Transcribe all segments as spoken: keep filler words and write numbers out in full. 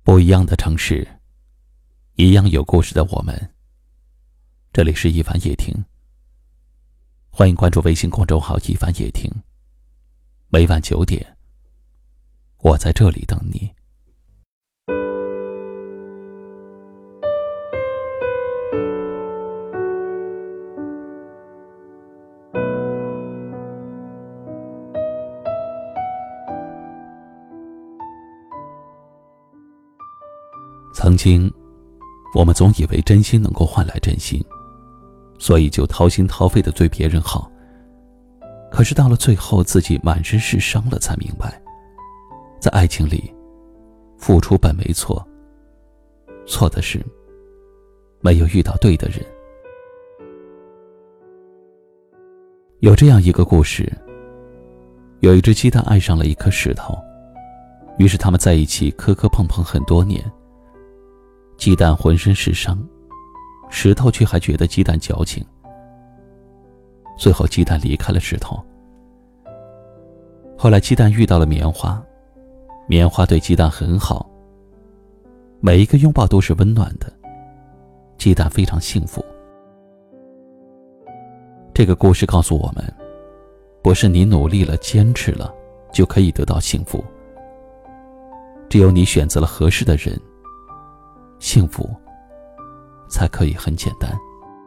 不一样的城市，一样有故事的我们。这里是一凡夜听，欢迎关注微信公众号一凡夜听。每晚九点，我在这里等你。曾经我们总以为真心能够换来真心，所以就掏心掏肺地对别人好。可是到了最后，自己满身是伤了，才明白，在爱情里付出本没错，错的是没有遇到对的人。有这样一个故事，有一只鸡蛋爱上了一颗石头，于是他们在一起磕磕碰碰很多年。鸡蛋浑身是伤，石头却还觉得鸡蛋矫情。最后鸡蛋离开了石头。后来鸡蛋遇到了棉花，棉花对鸡蛋很好，每一个拥抱都是温暖的，鸡蛋非常幸福。这个故事告诉我们，不是你努力了坚持了就可以得到幸福，只有你选择了合适的人，幸福才可以很简单。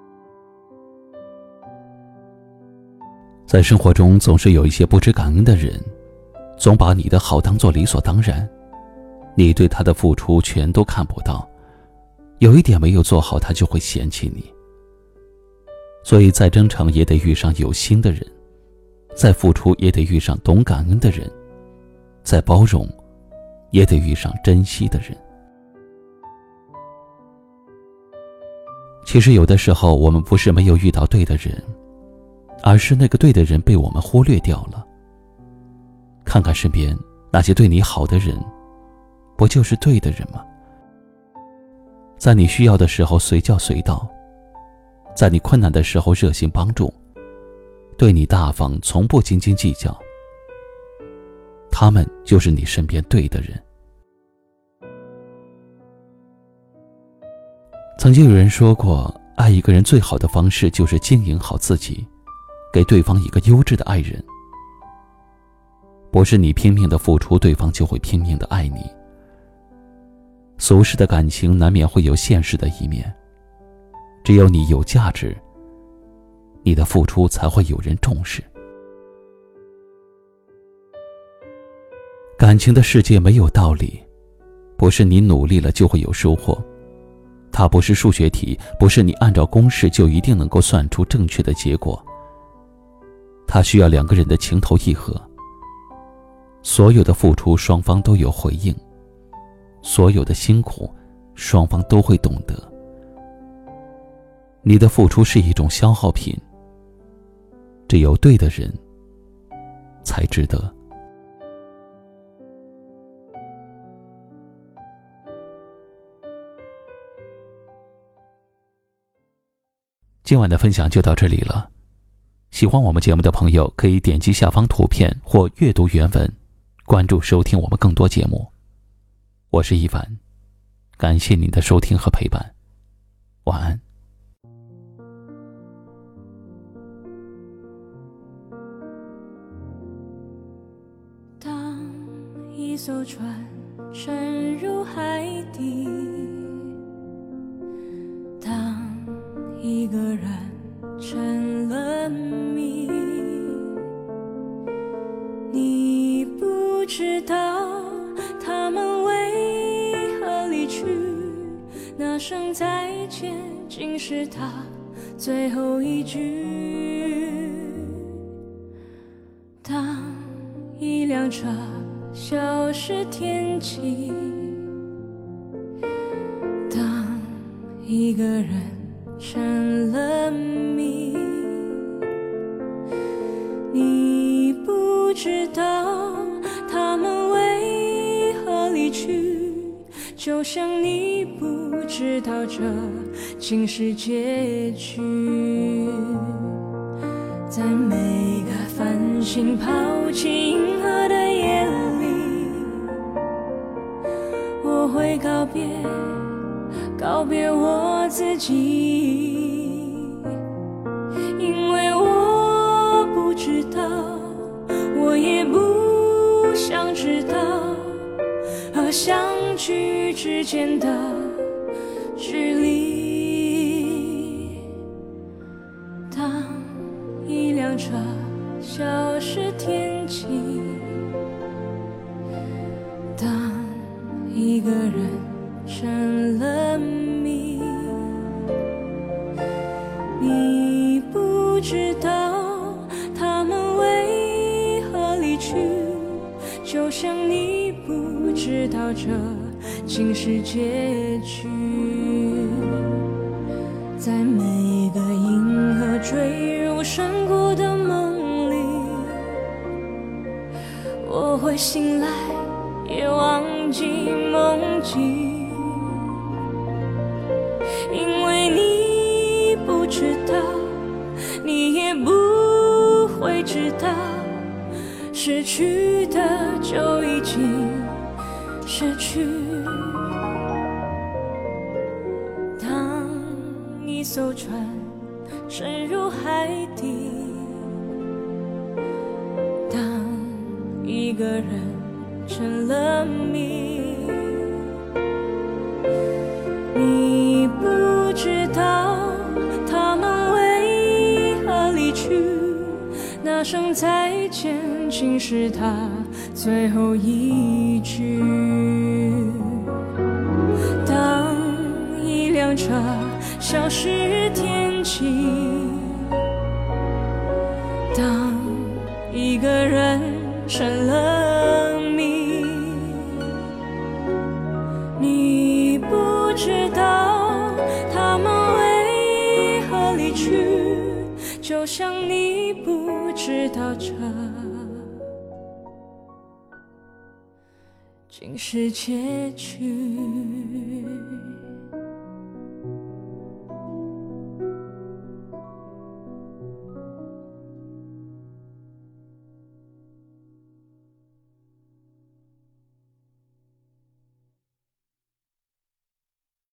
在生活中总是有一些不知感恩的人，总把你的好当作理所当然，你对他的付出全都看不到，有一点没有做好他就会嫌弃你。所以再真诚也得遇上有心的人，再付出也得遇上懂感恩的人，再包容也得遇上珍惜的人。其实有的时候我们不是没有遇到对的人，而是那个对的人被我们忽略掉了。看看身边那些对你好的人，不就是对的人吗？在你需要的时候随叫随到，在你困难的时候热心帮助，对你大方，从不斤斤计较，他们就是你身边对的人。曾经有人说过，爱一个人最好的方式就是经营好自己，给对方一个优质的爱人。不是你拼命的付出，对方就会拼命的爱你。俗世的感情难免会有现实的一面，只有你有价值，你的付出才会有人重视。感情的世界没有道理，不是你努力了就会有收获。它不是数学题，不是你按照公式就一定能够算出正确的结果。它需要两个人的情投意合，所有的付出双方都有回应，所有的辛苦双方都会懂得。你的付出是一种消耗品，只有对的人才值得。今晚的分享就到这里了，喜欢我们节目的朋友可以点击下方图片或阅读原文，关注收听我们更多节目。我是一凡，感谢您的收听和陪伴，晚安。 当一艘船沉入海底，当一个人成了谜，你不知道他们为何离去，那声再见竟是他最后一句。当一辆车消失天际，当一个人成了谜，你不知道他们为何离去，就像你不知道这竟是结局。在每个繁星抛弃银河的夜里，我会会告别，告别我自己，因为我不知道，我也不想知道，和相聚之间的距离。当一辆车消失天际，当一个人成了谜，你不知道他们为何离去，就像你不知道这竟是结局。在每个银河坠入山谷的梦里，我会醒来也忘记梦境，因为你不知道，你也不会知道，失去的就已经失去。当一艘船沉入海底，当一个人成了谜，你不知道他们为何离去，那声再见竟是他最后一句。当一辆车消失天际，当一个人成了谜，你不知道他们为何离去，就像你不知道这竟是结局。